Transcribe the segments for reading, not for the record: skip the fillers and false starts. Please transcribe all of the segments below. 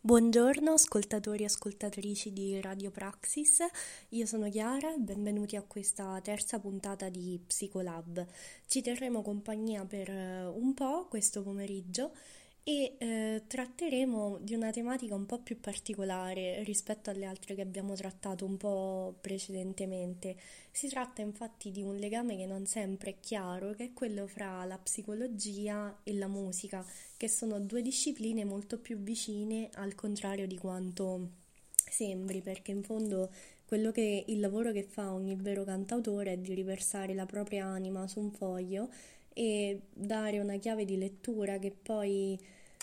Buongiorno ascoltatori e ascoltatrici di Radio Praxis, io sono Chiara e benvenuti a questa terza puntata di Psicolab. Ci terremo compagnia per un po' questo pomeriggio e tratteremo di una tematica un po' più particolare rispetto alle altre che abbiamo trattato un po' precedentemente. Si tratta infatti di un legame che non sempre è chiaro, che è quello fra la psicologia e la musica, che sono due discipline molto più vicine al contrario di quanto sembri, perché in fondo il lavoro che fa ogni vero cantautore è di riversare la propria anima su un foglio e dare una chiave di lettura che poi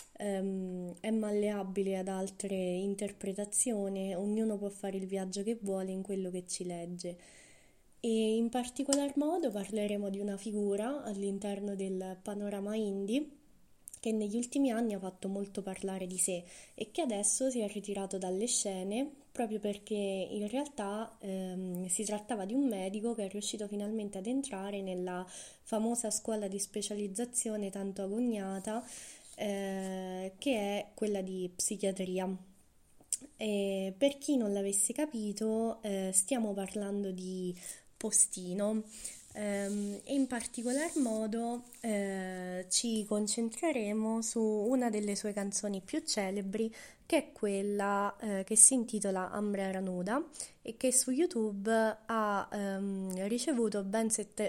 è malleabile ad altre interpretazioni, ognuno può fare il viaggio che vuole in quello che ci legge. E in particolar modo parleremo di una figura all'interno del panorama indie che negli ultimi anni ha fatto molto parlare di sé e che adesso si è ritirato dalle scene proprio perché in realtà si trattava di un medico che è riuscito finalmente ad entrare nella famosa scuola di specializzazione tanto agognata che è quella di psichiatria. E per chi non l'avesse capito, stiamo parlando di Postino. E in particolar modo ci concentreremo su una delle sue canzoni più celebri, che è quella che si intitola Ambra era nuda e che su YouTube ha ricevuto ben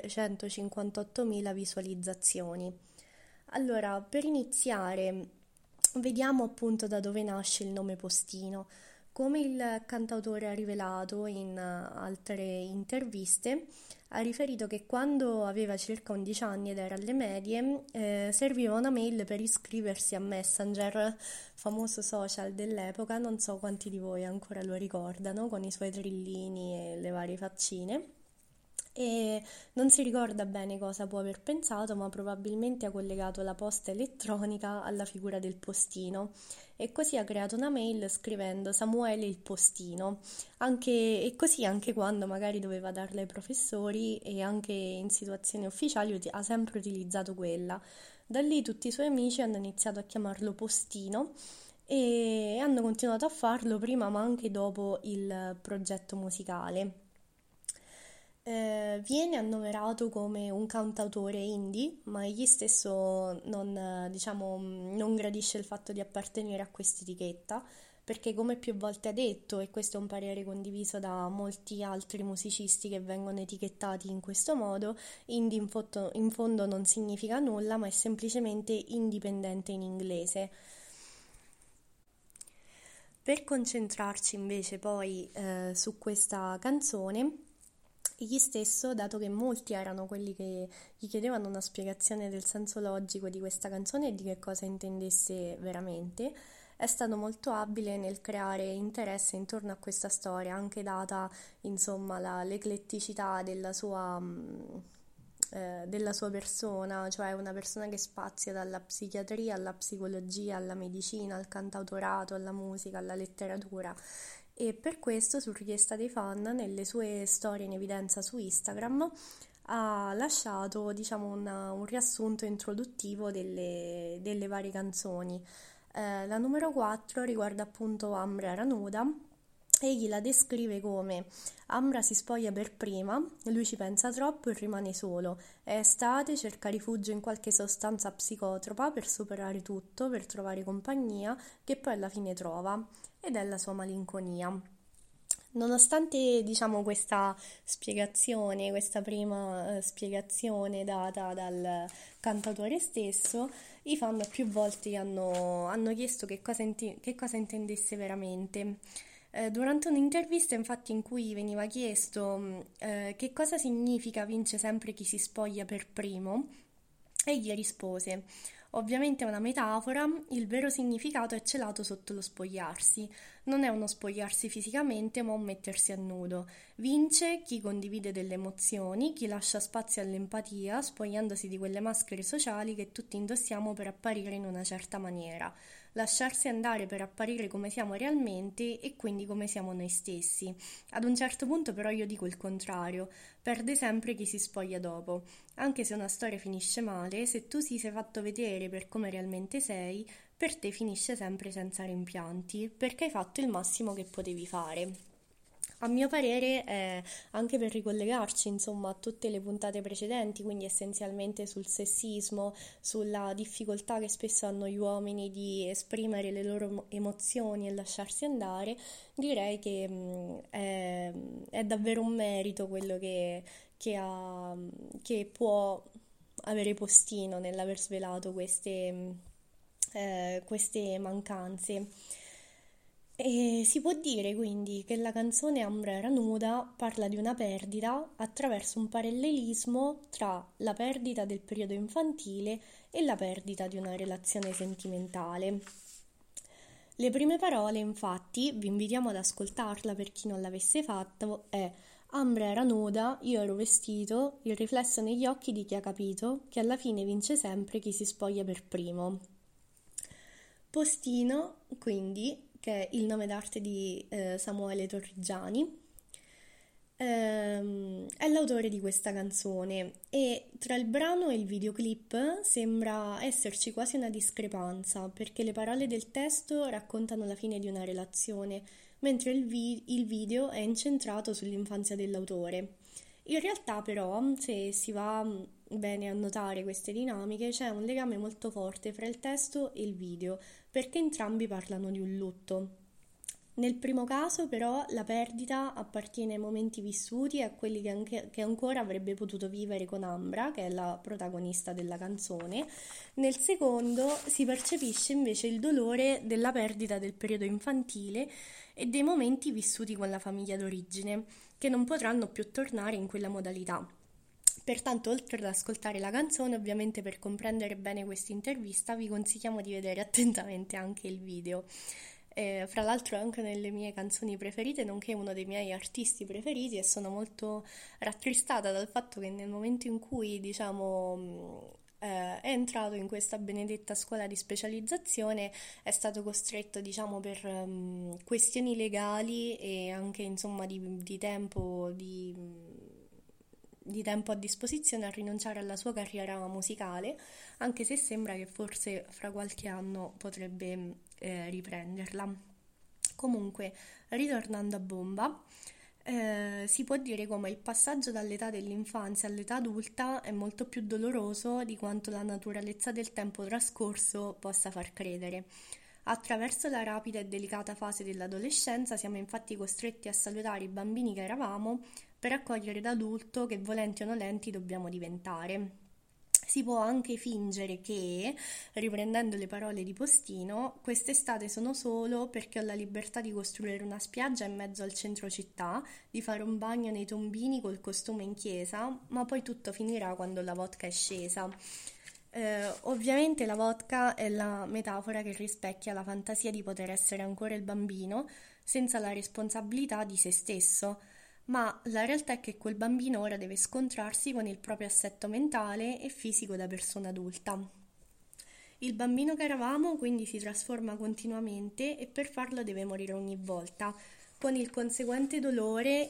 758.000 visualizzazioni. Allora, per iniziare, vediamo appunto da dove nasce il nome Postino. Come il cantautore ha rivelato in altre interviste, ha riferito che quando aveva circa 11 anni ed era alle medie, serviva una mail per iscriversi a Messenger, famoso social dell'epoca, non so quanti di voi ancora lo ricordano, con i suoi trillini e le varie faccine. E non si ricorda bene cosa può aver pensato, ma probabilmente ha collegato la posta elettronica alla figura del postino e così ha creato una mail scrivendo Samuele il postino, e così anche quando magari doveva darla ai professori e anche in situazioni ufficiali ha sempre utilizzato quella. Da lì tutti i suoi amici hanno iniziato a chiamarlo postino e hanno continuato a farlo prima ma anche dopo il progetto musicale. Viene annoverato come un cantautore indie, ma egli stesso non gradisce il fatto di appartenere a quest'etichetta, perché come più volte ha detto, e questo è un parere condiviso da molti altri musicisti che vengono etichettati in questo modo, indie in fondo non significa nulla, ma è semplicemente indipendente in inglese. Per concentrarci invece poi su questa canzone, egli stesso, dato che molti erano quelli che gli chiedevano una spiegazione del senso logico di questa canzone e di che cosa intendesse veramente, è stato molto abile nel creare interesse intorno a questa storia, anche data, insomma, l'ecletticità della sua persona, cioè una persona che spazia dalla psichiatria alla psicologia, alla medicina, al cantautorato, alla musica, alla letteratura. E per questo, su richiesta dei fan, nelle sue storie in evidenza su Instagram ha lasciato, diciamo, un riassunto introduttivo delle varie canzoni. La numero 4 riguarda appunto Ambra era nuda. Egli la descrive come Ambra si spoglia per prima, lui ci pensa troppo e rimane solo. È estate, cerca rifugio in qualche sostanza psicotropa per superare tutto, per trovare compagnia, che poi alla fine trova, ed è la sua malinconia. Nonostante, diciamo, questa spiegazione, questa prima spiegazione data dal cantautore stesso, i fan più volte hanno chiesto che cosa intendesse veramente. Durante un'intervista, infatti, in cui veniva chiesto che cosa significa vince sempre chi si spoglia per primo, egli rispose: ovviamente è una metafora, il vero significato è celato sotto lo spogliarsi. Non è uno spogliarsi fisicamente, ma un mettersi a nudo. Vince chi condivide delle emozioni, chi lascia spazio all'empatia, spogliandosi di quelle maschere sociali che tutti indossiamo per apparire in una certa maniera. Lasciarsi andare per apparire come siamo realmente e quindi come siamo noi stessi. Ad un certo punto però io dico il contrario, perde sempre chi si spoglia dopo. Anche se una storia finisce male, se tu si sei fatto vedere per come realmente sei, per te finisce sempre senza rimpianti, perché hai fatto il massimo che potevi fare. A mio parere, anche per ricollegarci, insomma, a tutte le puntate precedenti, quindi essenzialmente sul sessismo, sulla difficoltà che spesso hanno gli uomini di esprimere le loro emozioni e lasciarsi andare, direi che è davvero un merito quello che può avere Postino nell'aver svelato queste mancanze. E si può dire quindi che la canzone Ambra era nuda parla di una perdita attraverso un parallelismo tra la perdita del periodo infantile e la perdita di una relazione sentimentale. Le prime parole, infatti, vi invitiamo ad ascoltarla per chi non l'avesse fatto, è Ambra era nuda, io ero vestito, il riflesso negli occhi di chi ha capito che alla fine vince sempre chi si spoglia per primo. Postino, quindi, che è il nome d'arte di Samuele Torrigiani, è l'autore di questa canzone e tra il brano e il videoclip sembra esserci quasi una discrepanza perché le parole del testo raccontano la fine di una relazione, mentre il video è incentrato sull'infanzia dell'autore. In realtà però, se si va bene a notare queste dinamiche, c'è un legame molto forte fra il testo e il video, perché entrambi parlano di un lutto. Nel primo caso, però, la perdita appartiene ai momenti vissuti e a quelli che ancora avrebbe potuto vivere con Ambra, che è la protagonista della canzone. Nel secondo si percepisce invece il dolore della perdita del periodo infantile e dei momenti vissuti con la famiglia d'origine, che non potranno più tornare in quella modalità. Pertanto, oltre ad ascoltare la canzone, ovviamente per comprendere bene questa intervista vi consigliamo di vedere attentamente anche il video. Fra l'altro è anche nelle mie canzoni preferite, nonché uno dei miei artisti preferiti e sono molto rattristata dal fatto che nel momento in cui, diciamo, è entrato in questa benedetta scuola di specializzazione è stato costretto, diciamo, per questioni legali e anche, insomma, di tempo a disposizione a rinunciare alla sua carriera musicale, anche se sembra che forse fra qualche anno potrebbe riprenderla. Comunque, ritornando a Bomba, si può dire come il passaggio dall'età dell'infanzia all'età adulta è molto più doloroso di quanto la naturalezza del tempo trascorso possa far credere. Attraverso la rapida e delicata fase dell'adolescenza siamo infatti costretti a salutare i bambini che eravamo per accogliere l'adulto che volenti o nolenti dobbiamo diventare. Si può anche fingere che, riprendendo le parole di Postino, quest'estate sono solo perché ho la libertà di costruire una spiaggia in mezzo al centro città, di fare un bagno nei tombini col costume in chiesa, ma poi tutto finirà quando la vodka è scesa. Ovviamente la vodka è la metafora che rispecchia la fantasia di poter essere ancora il bambino senza la responsabilità di se stesso, ma la realtà è che quel bambino ora deve scontrarsi con il proprio assetto mentale e fisico da persona adulta. Il bambino che eravamo quindi si trasforma continuamente e per farlo deve morire ogni volta, con il conseguente dolore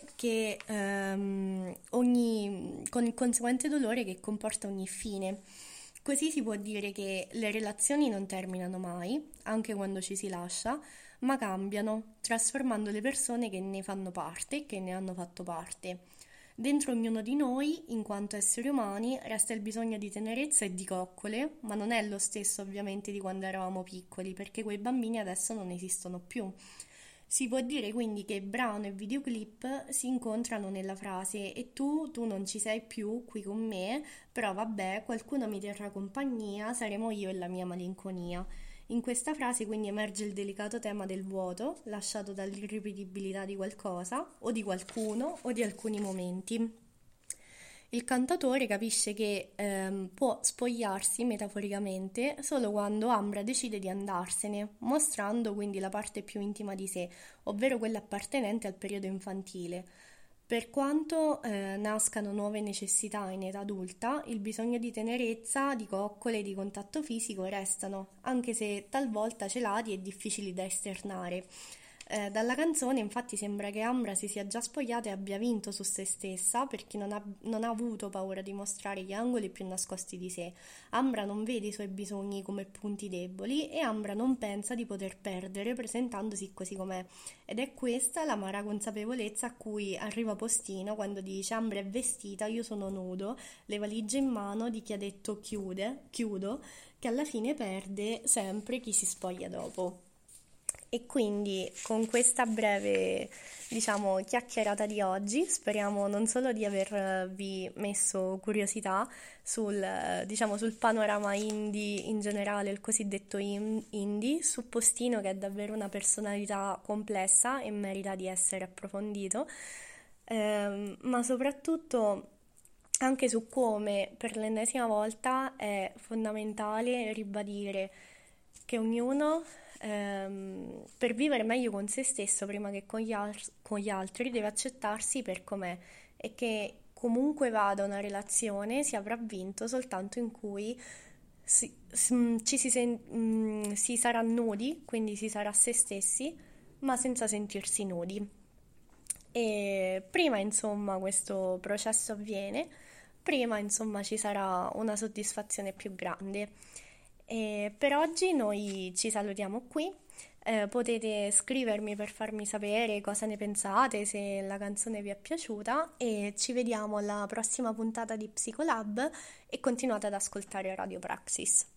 con il conseguente dolore che comporta ogni fine. Così si può dire che le relazioni non terminano mai, anche quando ci si lascia, ma cambiano, trasformando le persone che ne fanno parte e che ne hanno fatto parte. Dentro ognuno di noi, in quanto esseri umani, resta il bisogno di tenerezza e di coccole, ma non è lo stesso ovviamente di quando eravamo piccoli, perché quei bambini adesso non esistono più. Si può dire quindi che brano e videoclip si incontrano nella frase e tu non ci sei più qui con me, però vabbè, qualcuno mi terrà compagnia, saremo io e la mia malinconia. In questa frase quindi emerge il delicato tema del vuoto, lasciato dall'irripetibilità di qualcosa, o di qualcuno, o di alcuni momenti. Il cantautore capisce che può spogliarsi metaforicamente solo quando Ambra decide di andarsene, mostrando quindi la parte più intima di sé, ovvero quella appartenente al periodo infantile. Per quanto nascano nuove necessità in età adulta, il bisogno di tenerezza, di coccole e di contatto fisico restano, anche se talvolta celati e difficili da esternare. Dalla canzone infatti sembra che Ambra si sia già spogliata e abbia vinto su se stessa perché non ha avuto paura di mostrare gli angoli più nascosti di sé. Ambra non vede i suoi bisogni come punti deboli e Ambra non pensa di poter perdere presentandosi così com'è. Ed è questa l'amara consapevolezza a cui arriva Postino quando dice: Ambra è vestita, io sono nudo, le valigie in mano di chi ha detto chiudo, che alla fine perde sempre chi si spoglia dopo. E quindi con questa breve, diciamo, chiacchierata di oggi, speriamo non solo di avervi messo curiosità diciamo, sul panorama indie in generale, il cosiddetto indie, su Postino che è davvero una personalità complessa e merita di essere approfondito, ma soprattutto anche su come per l'ennesima volta è fondamentale ribadire che ognuno per vivere meglio con se stesso prima che con gli altri deve accettarsi per com'è e che comunque vada una relazione si avrà vinto soltanto in cui si sarà nudi, quindi si sarà se stessi, ma senza sentirsi nudi. E prima, insomma, questo processo avviene, prima, insomma, ci sarà una soddisfazione più grande. E per oggi noi ci salutiamo qui. Potete scrivermi per farmi sapere cosa ne pensate, se la canzone vi è piaciuta e ci vediamo alla prossima puntata di Psicolab e continuate ad ascoltare Radio Praxis.